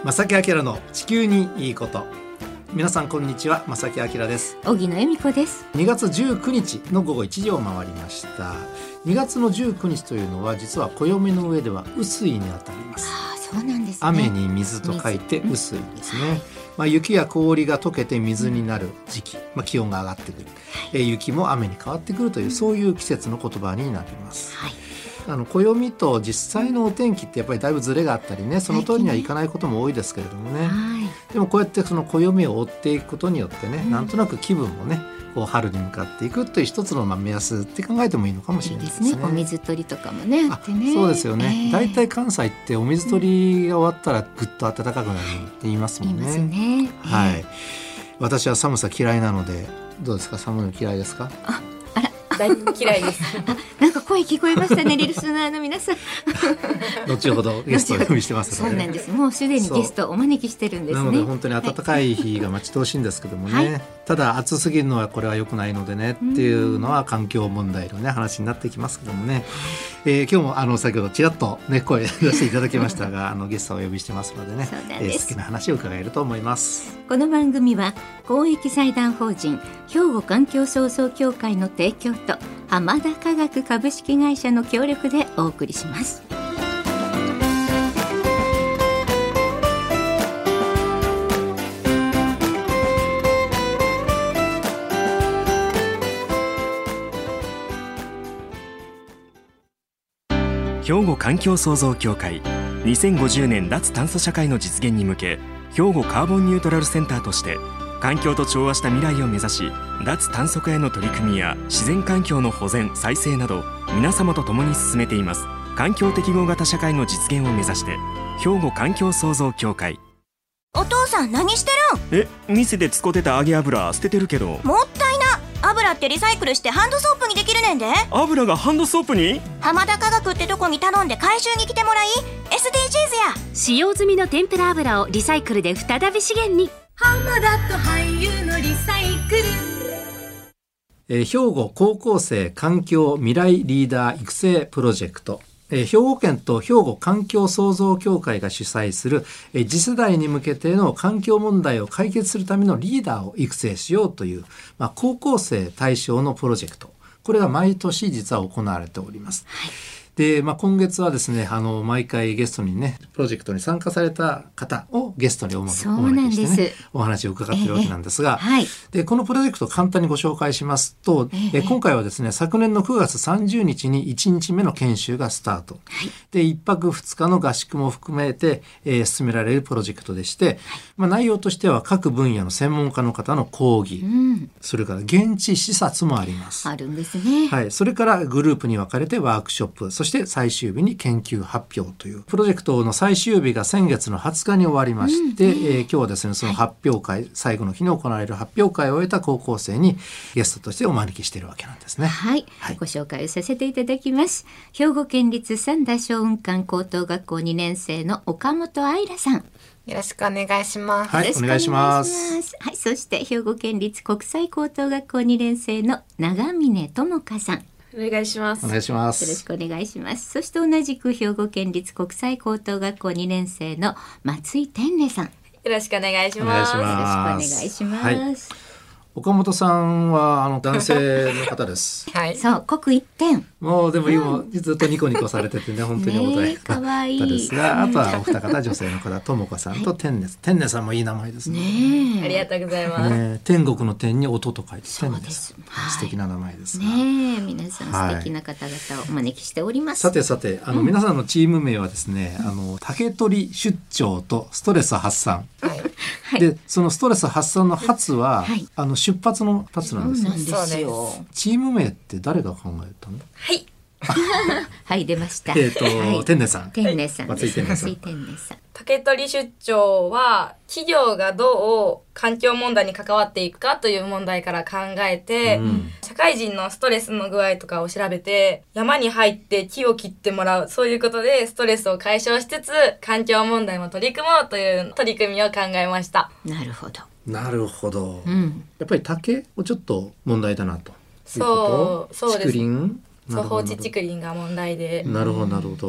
正木明の地球にいいこと。皆さんこんにちは、正木明です。 荻野恵美子です。 2月19日の午後1時を回りました。2月の19日というのは実は暦の上では雨水にあたります。 そうなんですね。 雨に水と書いて雨水ですね。雪や氷が溶けて水になる時期、気温が上がってくる、雪も雨に変わってくるという、そういう季節の言葉になります。暦と実際のお天気ってやっぱりだいぶズレがあったりね、その通りにはいかないことも多いですけれどもね、でもこうやってその暦を追っていくことによってね、なんとなく気分もねこう春に向かっていくという一つの目安って考えてもいいのかもしれないですね。 いいですね。お水取りとかもねあってね。 そうですよね。だいたい関西ってお水取りが終わったらぐっと暖かくなるって言いますもんね。 言いますね。 私は寒さ嫌いなので、どうですか、寒いの嫌いですか？ 大嫌いですなんか声聞こえましたね、リスナーの皆さん後ほどゲストをお呼びしてますので、 そうなんです。もうすでにゲストをお招きしてるんですね。 なので本当に暖かい日が待ち遠しいんですけどもね、ただ暑すぎるのはこれは良くないのでねっていうのは環境問題のね話になってきますけどもね、今日も先ほどちらっとね声出していただきましたがゲストをお呼びしてますのでね、好きな話を伺えると思います。 この番組は公益財団法人兵庫環境創造協会の提供と浜田化学株式会社の協力でお送りします。 兵庫環境創造協会2050年脱炭素社会の実現に向け、兵庫カーボンニュートラルセンターとして環境と調和した未来を目指し、脱炭素化への取り組みや自然環境の保全再生など皆様と共に進めています。環境適合型社会の実現を目指して、兵庫環境創造協会。 お父さん何してるん？ 店で使ってた揚げ油捨ててるけど。 もったいな。油ってリサイクルしてハンドソープにできるねんで。 油がハンドソープに？ 浜田化学ってとこに頼んで回収に来てもらい、 SDGs や。 使用済みの天ぷら油をリサイクルで再び資源に。 浜田と俳優のリサイクル。兵庫高校生環境未来リーダー育成プロジェクト、兵庫県と兵庫環境創造協会が主催する次世代に向けての環境問題を解決するためのリーダーを育成しようという、高校生対象のプロジェクト、これが毎年実は行われております。で、今月はですね、毎回ゲストにね、プロジェクトに参加された方をゲストにお招きしてね、お話を伺っているわけなんですが、でこのプロジェクトを簡単にご紹介しますと、今回はですね、昨年の9月30日に1日目の研修がスタート、で1泊2日の合宿も含めて、進められるプロジェクトでして、内容としては各分野の専門家の方の講義、それから現地視察もあります。 あるんですね。 それからグループに分かれてワークショップ、そして最終日に研究発表というプロジェクトの最終日が先月の20日に終わりまして、今日はですね、その発表会、最後の日に行われる発表会を終えた高校生にゲストとしてお招きしているわけなんですね。 ご紹介をさせていただきます。兵庫県立三田松雲館高等学校2年生の岡本愛良さん、 よろしくお願いします。 お願いします。 そして兵庫県立国際高等学校2年生の長峰智香さん、 お願いします。 お願いします。 よろしくお願いします。そして同じく兵庫県立国際高等学校2年生の松井天音さん、よろしくお願いします。 よろしくお願いします。 岡本さんは男性の方です。 そう刻一点。 もうでも今、ずっとニコニコされててね、本当に穏やかな方ですが、あとはお二方女性の方、ともかさんと天音、天音さんもいい名前ですね。 ありがとうございます。 天国の天に音と書いて天音です。素敵な名前ですが、 皆さん素敵な方々をお招きしております。 さて皆さんのチーム名はですね、竹取出張とストレス発散、でそのストレス発散の発は、出発の発なんですよ。 そうですよ。 チーム名って誰が考えたの？ 出ました。 天音さん。 天音さん。 松井天音さん。 竹取出張は企業がどう環境問題に関わっていくかという問題から考えて、社会人のストレスの具合とかを調べて、山に入って木を切ってもらう、そういうことでストレスを解消しつつ環境問題も取り組もうという取り組みを考えました。 なるほど。 やっぱり竹をちょっと問題だなと。 そうです。 竹林、 放置竹林が問題で。 なるほど。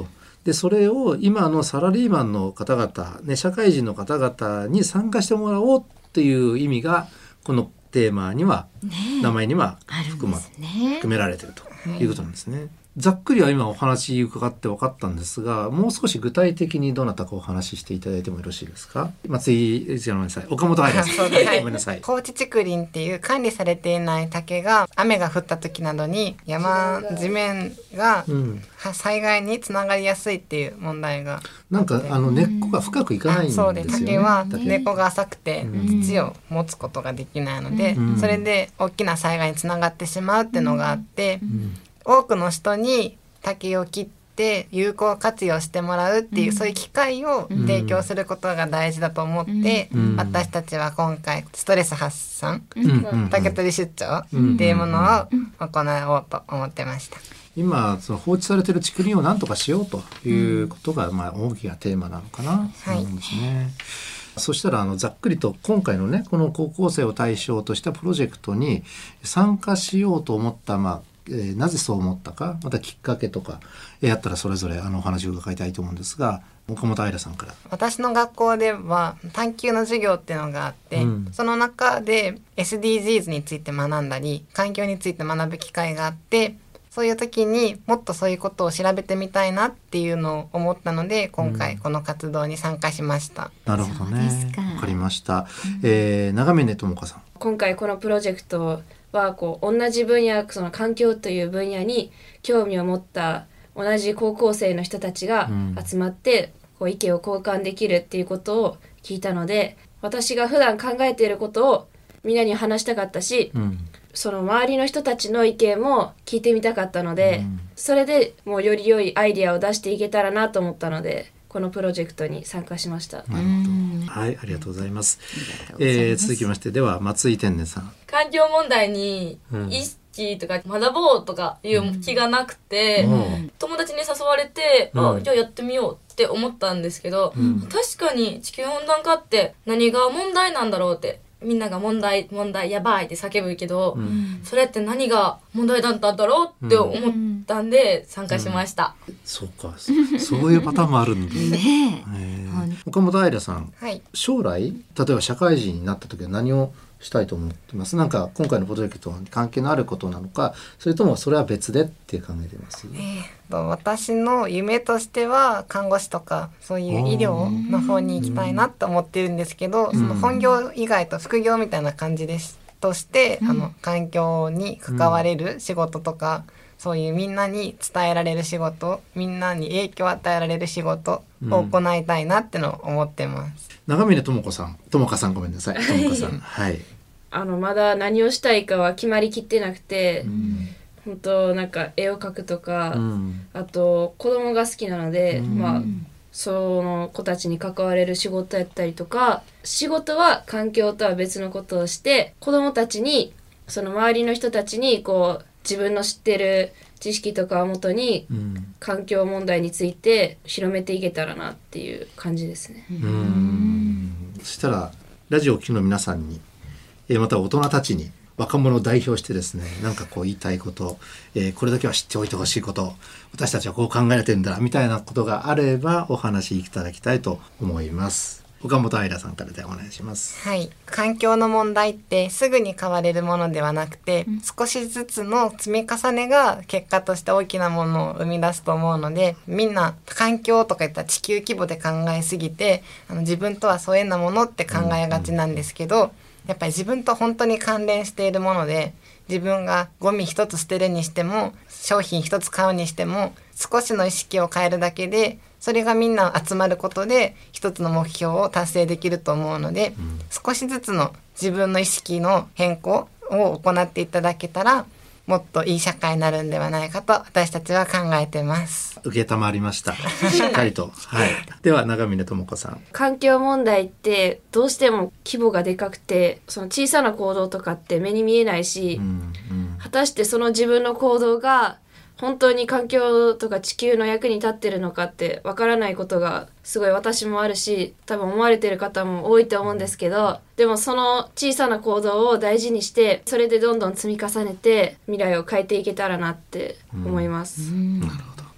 でそれを今のサラリーマンの方々、ね、社会人の方々に参加してもらおうっていう意味がこのテーマには、名前には含められているということなんですね。ざっくりは今お話伺って分かったんですが、もう少し具体的にどなたかお話ししていただいてもよろしいですか。松井、ごめんなさい、岡本愛さんそうです、 ごめんなさい。 放置竹林っていう管理されていない竹が雨が降った時などに地面が災害につながりやすいっていう問題がなんか根っこが深くいかないんですよね。 そうです。竹は根っこが浅くて土を持つことができないので、それで大きな災害につながってしまうっていうのがあって、多くの人に竹を切って有効活用してもらうっていう、そういう機会を提供することが大事だと思って、私たちは今回ストレス発散、竹取り出張っていうものを行おうと思ってました。 今その放置されている竹林を何とかしようということが、大きなテーマなのかなと思うんですね。そしたらざっくりと今回のねこの高校生を対象としたプロジェクトに参加しようと思った、なぜそう思ったか、またきっかけとかやったらそれぞれお話を伺いたいと思うんですが、岡本愛さんから。 私の学校では探究の授業っていうのがあって、その中で SDGs について学んだり環境について学ぶ機会があって、そういう時にもっとそういうことを調べてみたいなっていうのを思ったので、今回この活動に参加しました。 なるほどね、わかりました。長峰智香さん。 今回このプロジェクトは同じ分野、その環境という分野に興味を持った同じ高校生の人たちが集まって意見を交換できるっていうことを聞いたので、私が普段考えていることをみんなに話したかったし、その周りの人たちの意見も聞いてみたかったので、それでもうより良いアイディアを出していけたらなと思ったので、このプロジェクトに参加しました。 なるほど、はい、ありがとうございます。続きましてでは松井天然さん。 環境問題に意識とか学ぼうとかいう気がなくて、友達に誘われて、じゃあやってみようって思ったんですけど、確かに地球温暖化って何が問題なんだろうって、みんなが問題やばいって叫ぶけど、それって何が問題だったんだろうって思ったんで参加しました。 そうか、そういうパターンもあるんですね。岡本愛さん、将来例えば社会人になった時は何をしたいと思ってます？なんか今回のプロジェクトに関係のあることなのか、それともそれは別でって考えています？ 私の夢としては看護師とかそういう医療の方に行きたいなと思ってるんですけど、その本業以外と副業みたいな感じですとして、環境に関われる仕事とか、そういうみんなに伝えられる仕事、みんなに影響を与えられる仕事を行いたいなってのを思ってます。 長峰智香さんごめんなさい。智香さん、はい。 まだ何をしたいかは決まりきってなくて、本当なんか絵を描くとか、あと子供が好きなので、その子たちに関われる仕事やったりとか、仕事は環境とは別のことをして、子供たちにその周りの人たちに自分の知ってる知識とかをもとに環境問題について広めていけたらなっていう感じですね。 そしたらラジオを聴きの皆さんに、また大人たちに、若者を代表してですね、なんか言いたいこと、これだけは知っておいてほしいこと、私たちはこう考えてるんだみたいなことがあればお話いただきたいと思います。岡本愛さんからでお願いします。 はい、環境の問題ってすぐに変われるものではなくて、少しずつの積み重ねが結果として大きなものを生み出すと思うので、みんな環境とか言ったら地球規模で考えすぎて、自分とは疎遠なものって考えがちなんですけど、やっぱり自分と本当に関連しているもので、自分がゴミ一つ捨てるにしても商品一つ買うにしても、少しの意識を変えるだけでそれがみんな集まることで一つの目標を達成できると思うので、少しずつの自分の意識の変更を行っていただけたら、もっといい社会になるんではないかと私たちは考えています。 受けたまりました。しっかりと。はい。では長峰智子さん。 環境問題ってどうしても規模がでかくて、その小さな行動とかって目に見えないし、果たしてその自分の行動が本当に環境とか地球の役に立ってるのかってわからないことがすごい私もあるし、多分思われてる方も多いと思うんですけど、でもその小さな行動を大事にして、それでどんどん積み重ねて未来を変えていけたらなって思います。 なるほど。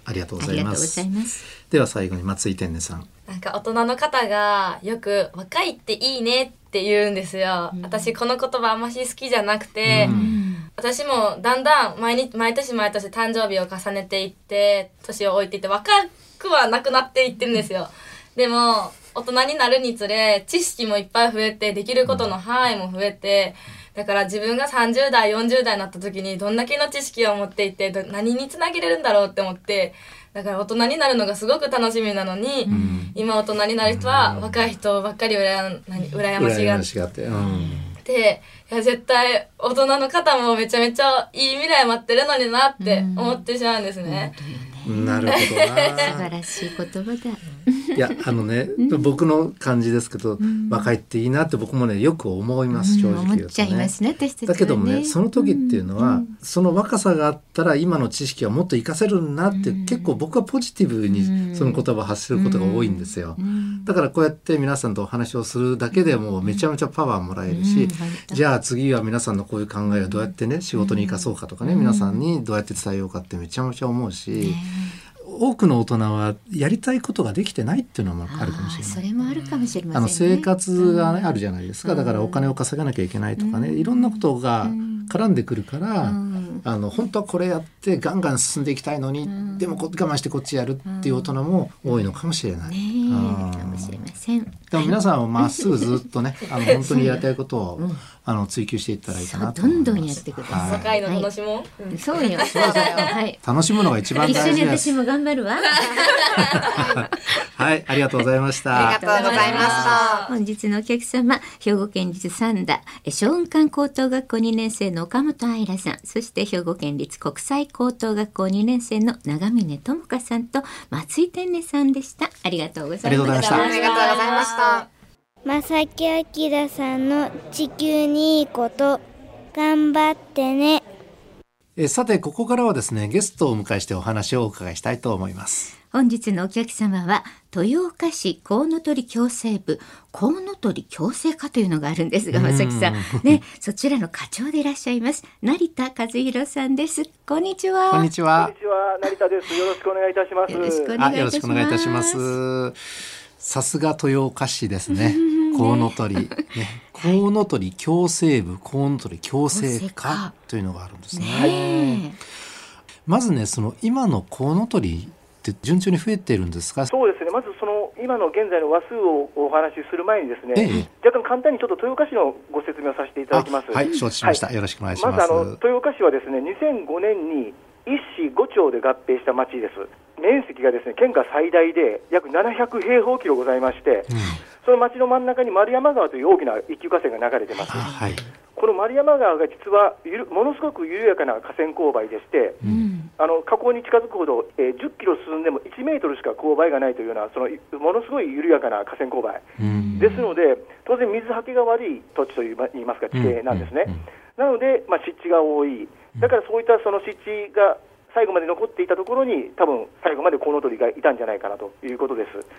ありがとうございます。では最後に松井天音さん。 なんか大人の方がよく若いっていいねって言うんですよ。私この言葉あんまし好きじゃなくて、私もだんだん毎年誕生日を重ねていって年を置いていって若くはなくなっていってるんですよ。でも大人になるにつれ知識もいっぱい増えてできることの範囲も増えて、だから自分が30代40代になった時にどんだけの知識を持っていて何につなげれるんだろうって思って、だから大人になるのがすごく楽しみなのに、今大人になる人は若い人ばっかり羨ましがって、いや絶対大人の方もめちゃめちゃいい未来待ってるのになって思ってしまうんですね。 なるほどな。素晴らしい言葉だ。 いや僕の感じですけど、若いっていいなって僕もねよく思います、正直言うとね。 思っちゃいますね、私たちはね。 だけどもね、その時っていうのは、その若さがあったら今の知識はもっと活かせるなって、結構僕はポジティブにその言葉を発することが多いんですよ。だからこうやって皆さんとお話をするだけでもめちゃめちゃパワーもらえるし、じゃあ次は皆さんのこういう考えをどうやってね仕事に生かそうかとかね、皆さんにどうやって伝えようかってめちゃめちゃ思うし、多くの大人はやりたいことができてないっていうのもあるかもしれない。 それもあるかもしれませんね。 生活が、あるじゃないですか。だからお金を稼がなきゃいけないとかね、いろんなことが絡んでくるから、本当はこれやってガンガン進んでいきたいのに、でも我慢してこっちやるっていう大人も多いのかもしれない。 かもしれません。 でも皆さんはまっすぐずっとね本当にやりたいことを追求していったらいいかなと思います。 どんどんやってください。 若いの楽しもう。 そうよ。 楽しむのが一番大事です。 一緒に私も頑張るわ。 はい、ありがとうございました。 ありがとうございました。 本日のお客様、兵庫県立三田尚雲館高等学校2年生の岡本愛さん、そして兵庫県立国際高等学校2年生の長峰智香さんと松井天音さんでした。ありがとうございました。 ありがとうございました。 正木明さんの地球にいいこと頑張ってね。 さてここからはですねゲストをお迎えしてお話をお伺いしたいと思います。 本日のお客様は豊岡市コウノトリ共生部コウノトリ共生課というのがあるんですが、正木さんね、そちらの課長でいらっしゃいます成田和弘さんです。こんにちは。 こんにちは、成田です。よろしくお願いいたします。 よろしくお願いいたします。 さすが豊岡市ですね。コウノトリ、コウノトリ共生部コウノトリ共生課というのがあるんですね。まずね、その今のコウノトリって順調に増えているんですか？ そうですね。まずその今の現在の話数をお話しする前にですね、若干簡単にちょっと豊岡市のご説明をさせていただきます。 はい、承知しました。よろしくお願いします。 まず豊岡市はですね、2005年に1市5町で合併した町です。面積がですね県下最大で約700平方キロございまして、その町の真ん中に丸山川という大きな一級河川が流れています。この丸山川が実はものすごく緩やかな河川勾配でして、河口に近づくほど、10キロ進んでも1メートルしか勾配がないというような、そのものすごい緩やかな河川勾配ですので、当然水はけが悪い土地といいますか地形なんですね。なので、湿地が多い。だからそういったその湿地が最後まで残っていたところに多分最後までコウノトリがいたんじゃないかなということです。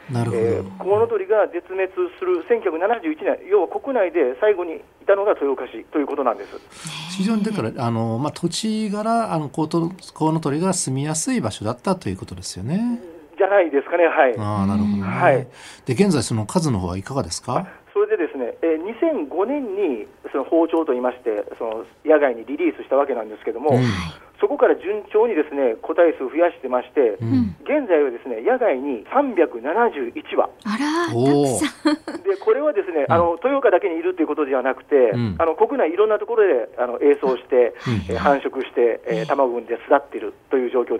なるほど。 コウノトリが絶滅する1971年、要は国内で最後にいたのが豊岡市ということなんです。 非常にだから土地柄コウノトリが住みやすい場所だったということですよね。 じゃないですかね。はい。 なるほどね。はい。で現在その数の方はいかがですか？ それでですね、2005年にその放鳥といいましてその野外にリリースしたわけなんですけども、そこから順調にですね個体数増やしてまして、現在はですね野外に371羽。 あら、たくさん。 でこれはですね豊岡だけにいるということではなくて、国内いろんなところで営巣して、繁殖して、卵を産んで巣立っているという状況です。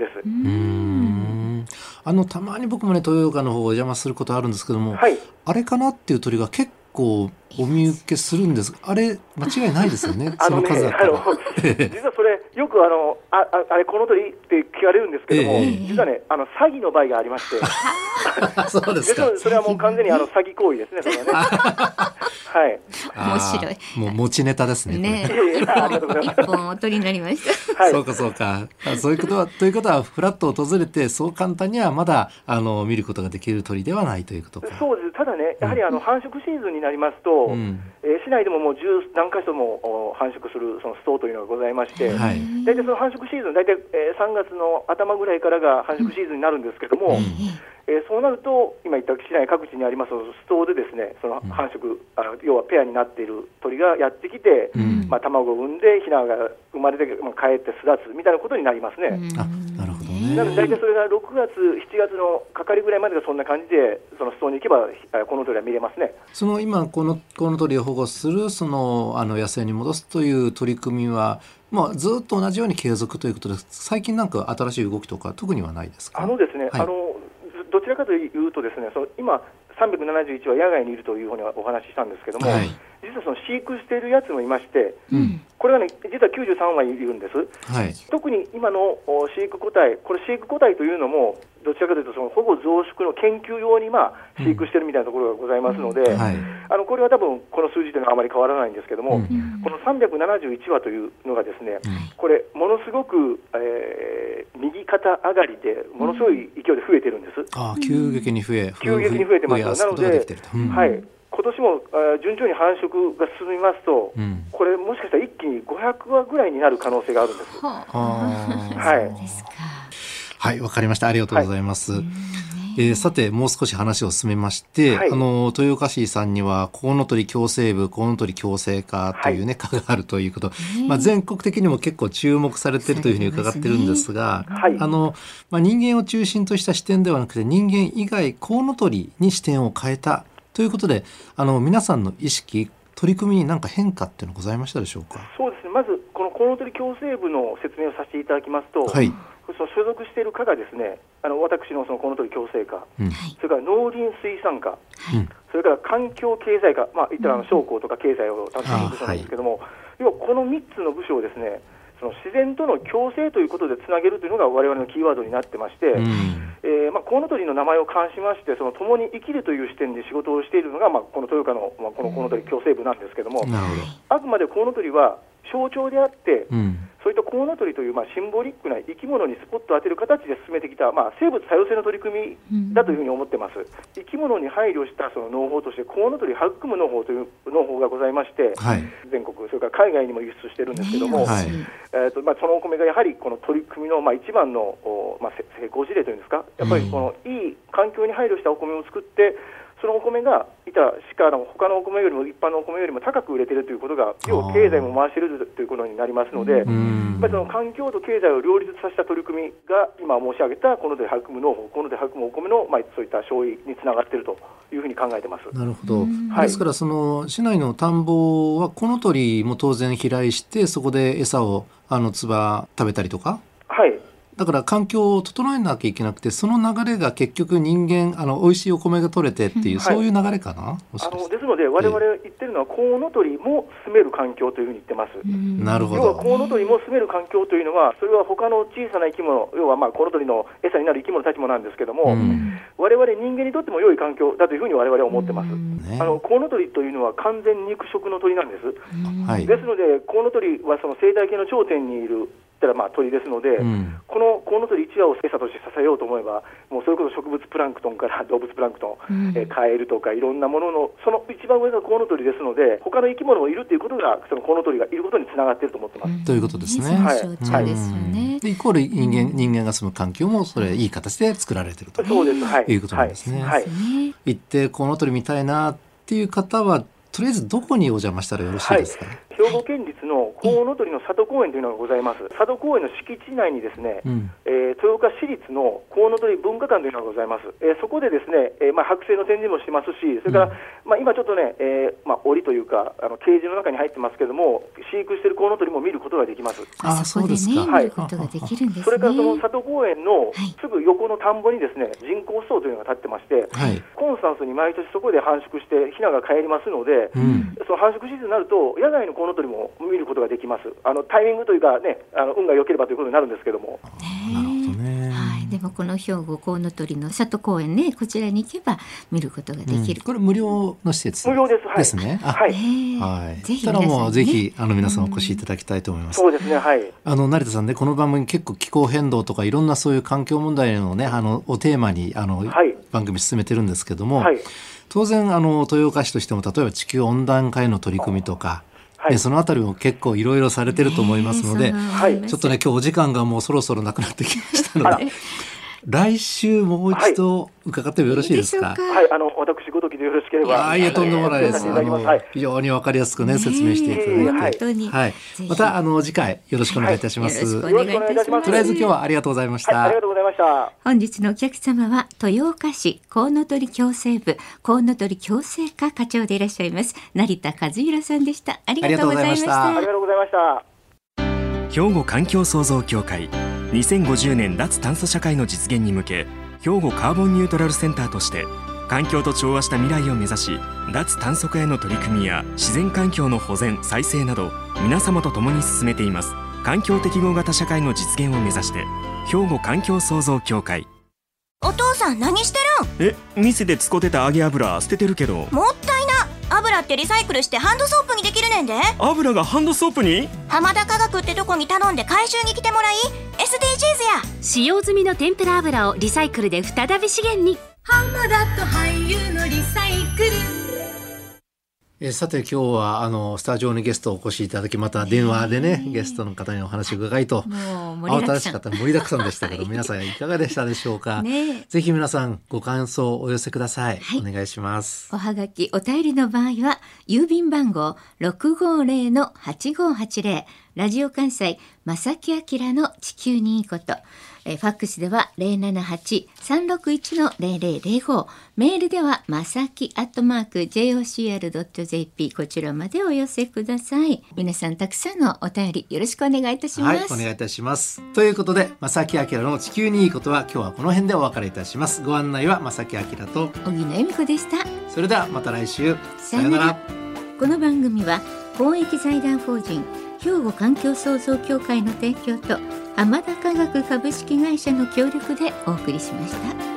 たまに僕もね豊岡の方をお邪魔することあるんですけども、あれかなっていう鳥が結構お見受けするんですが、あれ間違いないですよね。その数だったら実はそれよくあれコウノトリって聞かれるんですけども、実はね詐欺の場合がありましてそうですか。 それはもう完全に詐欺行為ですね。それはねはい。 面白い。 もう持ちネタですね。 ね、一本お取りになりました。 はい、そうかそうか。そういうことはということはフラッと訪れてそう簡単にはまだ見ることができる鳥ではないということか。 そうです。ただね、やはり繁殖シーズンになりますと、市内でももう10何箇所も繁殖するその巣塔というのがございまして、大体その繁殖シーズン大体3月の頭ぐらいからが繁殖シーズンになるんですけども。そうなると今言った市内各地にあります巣塔でですね、その繁殖、要はペアになっている鳥がやってきて、卵を産んでヒナが生まれて、帰って巣立つみたいなことになりますね。 なるほどね。 なので大体それが6月7月のかかりぐらいまでがそんな感じで、その巣塔に行けばこの鳥は見れますね。 その今この鳥を保護するその野生に戻すという取り組みは、ずっと同じように継続ということです。最近なんか新しい動きとか特にはないですか？ ですね、どちらかというとですね、その今371は野外にいるというふうにお話ししたんですけども、実はその飼育しているやつもいまして、これがね実は93羽いるんです。特に今の飼育個体、これ飼育個体というのもどちらかというとその保護増殖の研究用に飼育しているみたいなところがございますので、これは多分この数字というのはあまり変わらないんですけども、この371羽というのがですね、これものすごく、右肩上がりでものすごい勢いで増えてるんです。 急激に増えてます。なので、今年も順調に繁殖が進みますと、これもしかしたら一気に500羽ぐらいになる可能性があるんです。 はい、わかりました。ありがとうございます。さてもう少し話を進めまして、豊岡市さんにはコウノトリ共生部、コウノトリ共生課というね、課があるということ、全国的にも結構注目されているというふうに伺ってるんですが、人間を中心とした視点ではなくて人間以外コウノトリに視点を変えたということで、皆さんの意識、取り組みに何か変化っていうのございましたでしょうか？ そうですね、まずこのコウノトリ共生部の説明をさせていただきますと、その所属している課がですね、私のそのコウノトリ共生課、それから農林水産課、それから環境経済課、言ったら商工とか経済を担当する部署なんですけども、要はこの3つの部署をですね、その自然との共生ということでつなげるというのが我々のキーワードになってまして、コウノトリの名前を冠しまして、その共に生きるという視点で仕事をしているのが、この豊岡の、このコウノトリ共生部なんですけども、あくまでコウノトリは象徴であって、そういったコウノトリというシンボリックな生き物にスポットを当てる形で進めてきた、生物多様性の取り組みだというふうに思ってます。生き物に配慮したその農法としてコウノトリ育む農法という農法がございまして、全国それから海外にも輸出してるんですけども、そのお米がやはりこの取り組みの一番の成功事例というんですか、やっぱりこのいい環境に配慮したお米を作って、そのお米が他のお米よりも一般のお米よりも高く売れているということが、要は経済も回しているということになりますので、やっぱりその環境と経済を両立させた取り組みが今申し上げたコウノトリ育む農法、コウノトリ育むお米のそういった消費につながっているというふうに考えています。 なるほど。ですからその市内の田んぼはコウノトリも当然飛来して、そこで餌をつば食べたりとか。だから環境を整えなきゃいけなくて、その流れが結局人間美味しいお米が取れてっていう、そういう流れかな。 ですので我々言ってるのは、コウノトリも住める環境というふうに言ってます。 なるほど。 要はコウノトリも住める環境というのは、それは他の小さな生き物、要はコウノトリの餌になる生き物たちもなんですけども、我々人間にとっても良い環境だというふうに我々は思ってます。コウノトリというのは完全肉食の鳥なんです。ですのでコウノトリはその生態系の頂点にいる鳥ですので、このコウノトリ1羽を餌として支えようと思えば、もうそれこそ植物プランクトンから動物プランクトン、カエルとかいろんなもののその一番上がコウノトリですので、他の生き物もいるということがそのコウノトリがいることにつながっていると思ってます。 ということですね。でイコール人間が住む環境もそれいい形で作られているということなんですね。行ってコウノトリ見たいなっていう方は、とりあえずどこにお邪魔したらよろしいですか？ 兵庫県立のコウノトリの里公園というのがございます。里公園の敷地内にですね、豊岡市立のコウノトリ文化館というのがございます。そこでですね、剥製の展示もしてますし、それから、今ちょっとね、檻というかケージの中に入ってますけども、飼育しているコウノトリも見ることができます。 そうですか。見ることができるんですね。 それからその里公園のすぐ横の田んぼにですね、人工巣というのが建ってまして、コンスタンスに毎年そこで繁殖してヒナが帰りますので、その繁殖シーズンになると野外のコウノトリも見ることができます。タイミングというかね、運が良ければということになるんですけども。 なるほどね。 でもこの兵庫コウノトリの里公園ね、こちらに行けば見ることができる、 これ無料の施設無料です。はい。 ですね。 はい。 ぜひたらもうぜひ皆さんおん越しいただきたいと思います。 そうですね。はい。 成田さんね、この番組結構気候変動とかいろんなそういう環境問題のねをテーマに番組進めてるんですけども、当然豊岡市としても例えば地球温暖化への取り組みとか、そのあたりも結構いろいろされてると思いますので、ちょっとね今日お時間がもうそろそろなくなってきましたので来週もう一度伺ってもよろしいですか。 はい、私ごときでよろしければ。 いえ、とんでもないです。非常に分かりやすくね説明していただいて、はい、また次回よろしくお願いいたします。 よろしくお願いいたします。 とりあえず今日はありがとうございました。 ありがとうございました。 本日のお客様は豊岡市コウノトリ共生部コウノトリ共生課課長でいらっしゃいます成田和弘さんでした。ありがとうございました。 ありがとうございました。 兵庫環境創造協会2050年脱炭素社会の実現に向け、兵庫カーボンニュートラルセンターとして環境と調和した未来を目指し、脱炭素化への取り組みや自然環境の保全再生など皆様と共に進めています。環境適合型社会の実現を目指して、兵庫環境創造協会。 お父さん何してるん？ 店で使ってた揚げ油捨ててるけど。 もったいな。油ってリサイクルしてハンドソープにできるねんで。 油がハンドソープに？ 浜田化学ってとこに頼んで回収に来てもらい SDGs や。 使用済みの天ぷら油をリサイクルで再び資源に。 浜田と俳優のリサイクル。 さて今日はスタジオにゲストをお越しいただき、また電話でねゲストの方にお話を伺いと、慌ただしかった盛りだくさんでしたけど皆さんいかがでしたでしょうか。ぜひ皆さんご感想をお寄せください。お願いします。 おはがきお便りの場合は郵便番号 650-8580 ラジオ関西正木明の地球にいいこと、ファックスでは 078-361-0005、 メールではまさき@jocr.jp こちらまでお寄せください。皆さんたくさんのお便りよろしくお願いいたします。 お願いいたします。ということでまさきあきらの地球にいいことは今日はこの辺でお別れいたします。ご案内はまさきあきらと小木野恵美子でした。 それではまた来週、さようなら。 この番組は公益財団法人兵庫環境創造協会の提供と浜田化学株式会社の協力でお送りしました。